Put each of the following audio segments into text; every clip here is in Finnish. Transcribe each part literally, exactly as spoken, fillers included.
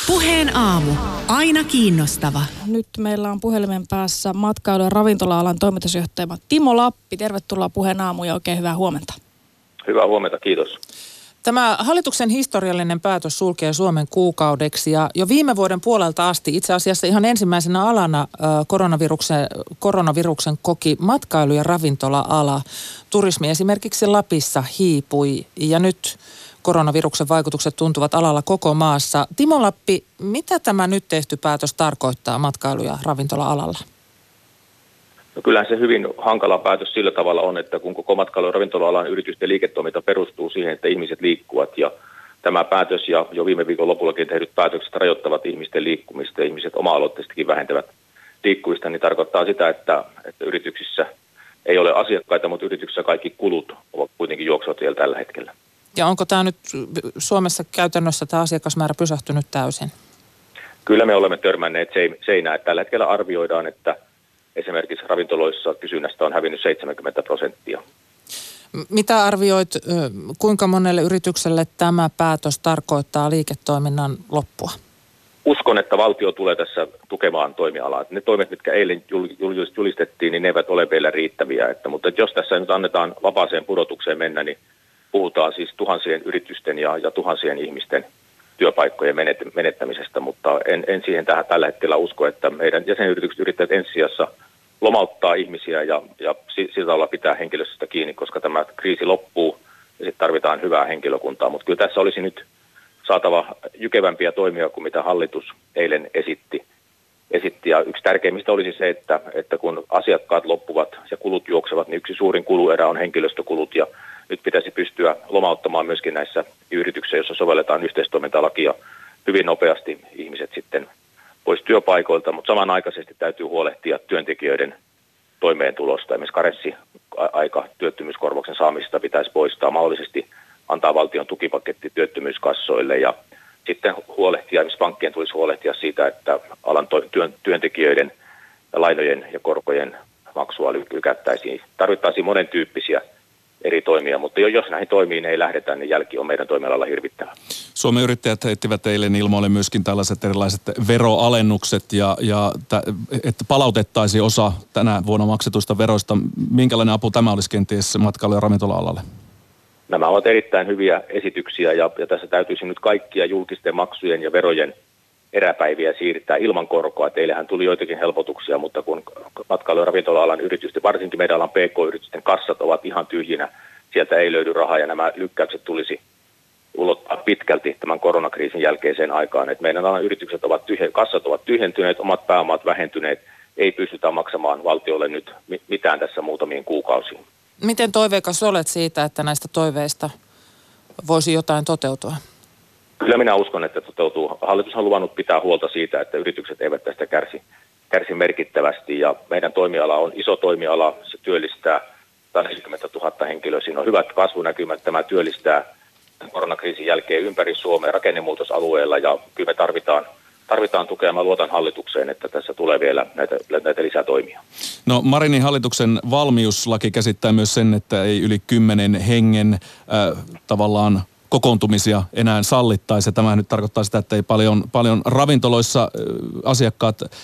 Puheen aamu. Aina kiinnostava. Nyt meillä on puhelimen päässä matkailu- ja ravintola-alan toimitusjohtaja Timo Lappi. Tervetuloa Puheen aamuun ja oikein hyvää huomenta. Hyvää huomenta, kiitos. Tämä hallituksen historiallinen päätös sulkee Suomen kuukaudeksi ja jo viime vuoden puolelta asti itse asiassa ihan ensimmäisenä alana koronaviruksen, koronaviruksen koki matkailu- ja ravintola-ala. Turismi esimerkiksi Lapissa hiipui ja nyt koronaviruksen vaikutukset tuntuvat alalla koko maassa. Timo Lappi, mitä tämä nyt tehty päätös tarkoittaa matkailu- ja ravintola-alalla? No kyllähän se hyvin hankala päätös sillä tavalla on, että kun koko matkailu- ja ravintola-alan yritysten liiketoiminta perustuu siihen, että ihmiset liikkuvat ja tämä päätös ja jo viime viikon lopullakin tehdyt päätökset rajoittavat ihmisten liikkumista ja ihmiset oma-aloitteisestikin vähentävät liikkuvista, niin tarkoittaa sitä, että, että yrityksissä ei ole asiakkaita, mutta yrityksissä kaikki kulut ovat kuitenkin juoksuvat vielä tällä hetkellä. Ja onko tämä nyt Suomessa käytännössä tämä asiakasmäärä pysähtynyt täysin? Kyllä me olemme törmänneet seinään. Tällä hetkellä arvioidaan, että esimerkiksi ravintoloissa kysynnästä on hävinnyt seitsemänkymmentä prosenttia. Mitä arvioit, kuinka monelle yritykselle tämä päätös tarkoittaa liiketoiminnan loppua? Uskon, että valtio tulee tässä tukemaan toimialaa. Ne toimet, mitkä eilen julistettiin, niin ne eivät ole vielä riittäviä. Että, mutta jos tässä nyt annetaan vapaaseen pudotukseen mennä, niin puhutaan siis tuhansien yritysten ja, ja tuhansien ihmisten työpaikkojen menettämisestä, mutta en, en siihen tähän tällä hetkellä usko, että meidän jäsenyritykset yrittävät ensisijassa lomauttaa ihmisiä ja, ja sillä tavalla pitää henkilöstöstä kiinni, koska tämä kriisi loppuu ja sitten tarvitaan hyvää henkilökuntaa. Mutta kyllä tässä olisi nyt saatava jykevämpiä toimia kuin mitä hallitus eilen esitti. esitti. Ja yksi tärkeimmistä olisi se, että, että kun asiakkaat loppuvat ja kulut juoksevat, niin yksi suurin kuluerä on henkilöstökulut ja nyt pitäisi pystyä lomauttamaan myöskin näissä yrityksissä, joissa sovelletaan yhteistoimintalakia hyvin nopeasti ihmiset sitten pois työpaikoilta, mutta samanaikaisesti täytyy huolehtia työntekijöiden toimeentulosta. Esimerkiksi karenssiaika työttömyyskorvauksen saamista pitäisi poistaa, mahdollisesti antaa valtion tukipaketti työttömyyskassoille ja sitten huolehtia, esimerkiksi pankkien tulisi huolehtia siitä, että alan työn, työntekijöiden lainojen ja korkojen maksua lykättäisiin. Tarvittaisiin monen tyyppisiä eri toimia, mutta jos näihin toimiin ei lähdetä, niin jälki on meidän toimialalla hirvittävä. Suomen yrittäjät heittivät eilen ilmoille myöskin tällaiset erilaiset veroalennukset ja, ja että palautettaisiin osa tänä vuonna maksetuista veroista. Minkälainen apu tämä olisi kenties matkailu- ja ravintola-alalle? Nämä ovat erittäin hyviä esityksiä ja, ja tässä täytyisi nyt kaikkia julkisten maksujen ja verojen eräpäiviä siirtää ilman korkoa. Teillähän tuli joitakin helpotuksia, mutta kun matkailu- ja ravintola-alan yritysten, varsinkin meidän alan P K-yritysten kassat ovat ihan tyhjinä, sieltä ei löydy rahaa ja nämä lykkäykset tulisi ulottaa pitkälti tämän koronakriisin jälkeiseen aikaan. Et meidän alan yritykset ovat tyhjen, kassat ovat tyhjentyneet, omat pääomat vähentyneet, ei pystytä maksamaan valtiolle nyt mitään tässä muutamiin kuukausiin. Miten toiveikas olet siitä, että näistä toiveista voisi jotain toteutua? Kyllä minä uskon, että toteutuu. Hallitus on luvannut pitää huolta siitä, että yritykset eivät tästä kärsi, kärsi merkittävästi. Ja meidän toimiala on iso toimiala, se työllistää sata neljäkymmentätuhatta henkilöä. Siinä on hyvät kasvunäkymät, tämä työllistää koronakriisin jälkeen ympäri Suomea rakennemuutosalueella. Ja kyllä me tarvitaan, tarvitaan tukea. Mä luotan hallitukseen, että tässä tulee vielä näitä, näitä lisätoimia. No Marinin hallituksen valmiuslaki käsittää myös sen, että ei yli kymmenen hengen äh, tavallaan kokoontumisia enää sallittaisi. Tämä nyt tarkoittaa sitä, että ei paljon, paljon ravintoloissa äh, asiakkaat äh,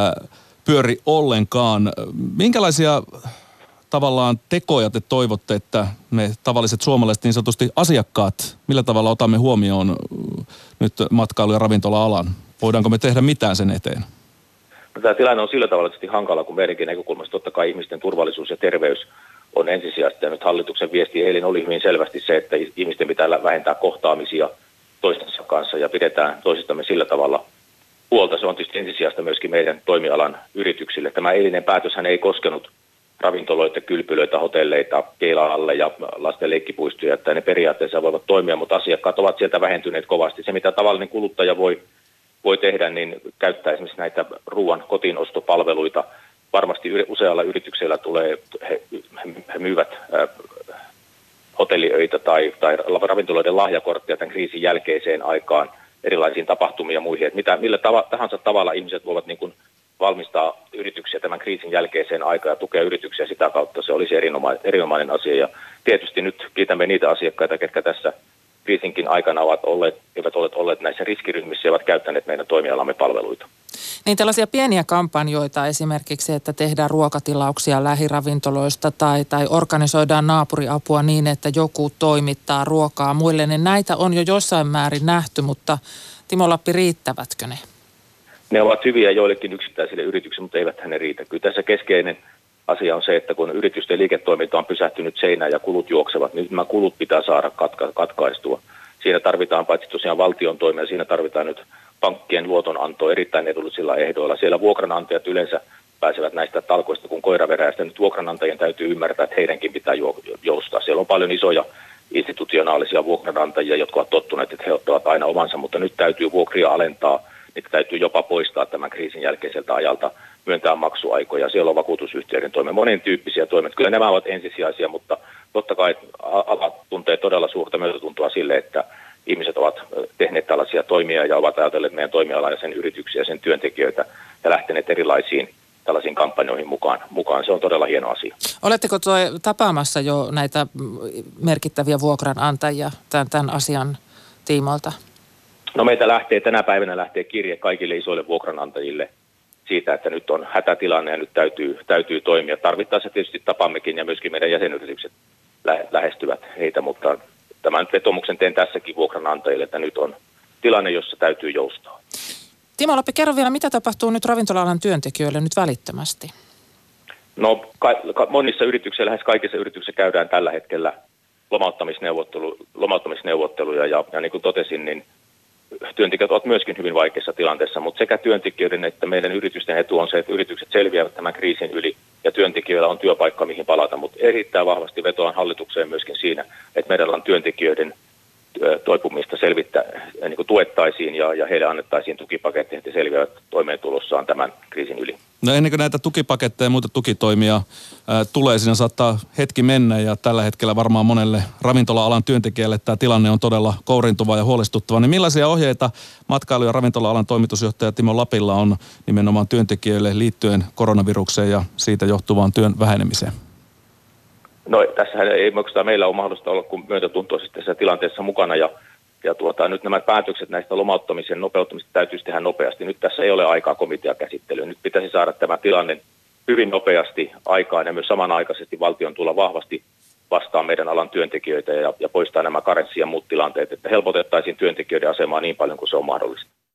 pyöri ollenkaan. Minkälaisia tavallaan tekoja te toivotte, että me tavalliset suomalaiset niin sanotusti asiakkaat, millä tavalla otamme huomioon äh, nyt matkailu- ja ravintola-alan? Voidaanko me tehdä mitään sen eteen? No, tämä tilanne on sillä tavalla hankala, kun meidänkin näkökulmasta totta kai ihmisten turvallisuus ja terveys on ensisijaista. Ja nyt hallituksen viesti eilen oli hyvin selvästi se, että ihmisten pitää vähentää kohtaamisia toistensa kanssa ja pidetään toisistamme sillä tavalla huolta. Se on tietysti ensisijaista myöskin meidän toimialan yrityksille. Tämä eilinen päätöshän ei koskenut ravintoloita, kylpylöitä, hotelleita, keila-alle ja lasten leikkipuistoja, että ne periaatteessa voivat toimia, mutta asiakkaat ovat sieltä vähentyneet kovasti. Se, mitä tavallinen kuluttaja voi, voi tehdä, niin käyttää esimerkiksi näitä ruoan kotiinostopalveluita. Varmasti usealla yrityksellä tulee, he, he myyvät äh, hotelliöitä tai, tai ravintoloiden lahjakortteja tämän kriisin jälkeiseen aikaan erilaisiin tapahtumiin ja muihin. Että mitä, millä tava, tahansa tavalla ihmiset voivat niin kuin valmistaa yrityksiä tämän kriisin jälkeiseen aikaan ja tukea yrityksiä sitä kautta. Se olisi erinomainen, erinomainen asia ja tietysti nyt kiitämme niitä asiakkaita, ketkä tässä kriisinkin aikana ovat olleet, eivät ole olleet näissä riskiryhmissä ja ovat käyttäneet meidän toimialamme palveluita. Niin tällaisia pieniä kampanjoita esimerkiksi, että tehdään ruokatilauksia lähiravintoloista tai, tai organisoidaan naapuriapua niin, että joku toimittaa ruokaa muille, niin näitä on jo jossain määrin nähty, mutta Timo Lappi, riittävätkö ne? Ne ovat hyviä joillekin yksittäisille yrityksille, mutta eivät ne riitä. Kyllä tässä keskeinen asia on se, että kun yritysten liiketoiminta on pysähtynyt seinään ja kulut juoksevat, niin nämä kulut pitää saada katka- katkaistua. Siinä tarvitaan paitsi tosiaan valtion toimia, siinä tarvitaan nyt pankkien luotonantoa erittäin edullisilla ehdoilla. Siellä vuokranantajat yleensä pääsevät näistä talkoista kuin koiraveräistä. Nyt vuokranantajien täytyy ymmärtää, että heidänkin pitää joustaa. Siellä on paljon isoja institutionaalisia vuokranantajia, jotka ovat tottuneet, että he ottavat aina omansa, mutta nyt täytyy vuokria alentaa. Niitä täytyy jopa poistaa tämän kriisin jälkeiseltä ajalta, myöntää maksuaikoja. Siellä on vakuutusyhtiöiden toimen, monen tyyppisiä toimia. Kyllä nämä ovat ensisijaisia, mutta totta kai ala tuntee todella suurta myötätuntoa sille, että ihmiset ovat tehneet tällaisia toimia ja ovat ajatelleet meidän toimialaa ja sen yrityksiä ja sen työntekijöitä ja lähteneet erilaisiin tällaisiin kampanjoihin mukaan. mukaan. Se on todella hieno asia. Oletteko toi tapaamassa jo näitä merkittäviä vuokranantajia tämän, tämän asian tiimoilta? No meitä lähtee, tänä päivänä lähtee kirje kaikille isoille vuokranantajille siitä, että nyt on hätätilanne ja nyt täytyy, täytyy toimia. Tarvittaessa tietysti tapaammekin ja myöskin meidän jäsenyritykset lähestyvät heitä, mutta tämän vetomuksen teen tässäkin vuokranantajille, että nyt on tilanne, jossa täytyy joustaa. Timo Lappi, kerro vielä, mitä tapahtuu nyt ravintola-alan työntekijöille nyt välittömästi? No ka- ka- monissa yrityksissä, lähes kaikissa yrityksissä käydään tällä hetkellä lomauttamisneuvottelu, lomauttamisneuvotteluja ja, ja niin kuin totesin, niin työntekijät ovat myöskin hyvin vaikeassa tilanteessa, mutta sekä työntekijöiden että meidän yritysten etu on se, että yritykset selviävät tämän kriisin yli ja työntekijöillä on työpaikka, mihin palata, mutta erittäin vahvasti vetoan hallitukseen myöskin siinä, että meidän on työntekijöiden toipumista selvittää, niin kuin tuettaisiin ja, ja heille annettaisiin tukipaketteja, että he selviävät toimeentulossaan tämän kriisin yli. No ennen kuin näitä tukipaketteja ja muita tukitoimia ää, tulee, siinä saattaa hetki mennä ja tällä hetkellä varmaan monelle ravintola-alan työntekijälle tämä tilanne on todella kourintuva ja huolestuttava. Niin millaisia ohjeita matkailu- ja ravintola-alan toimitusjohtaja Timo Lapilla on nimenomaan työntekijöille liittyen koronavirukseen ja siitä johtuvaan työn vähenemiseen? No tässähän ei oikeastaan meillä ole mahdollista olla kuin myötätuntoisesti tässä tilanteessa mukana ja, ja tuota, nyt nämä päätökset näistä lomauttamisen nopeuttamista täytyisi tehdä nopeasti. Nyt tässä ei ole aikaa komiteakäsittelyyn. Nyt pitäisi saada tämä tilanne hyvin nopeasti aikaan ja myös samanaikaisesti valtion tulla vahvasti vastaan meidän alan työntekijöitä ja, ja poistaa nämä karenssi ja muut tilanteet, että helpotettaisiin työntekijöiden asemaa niin paljon kuin se on mahdollista.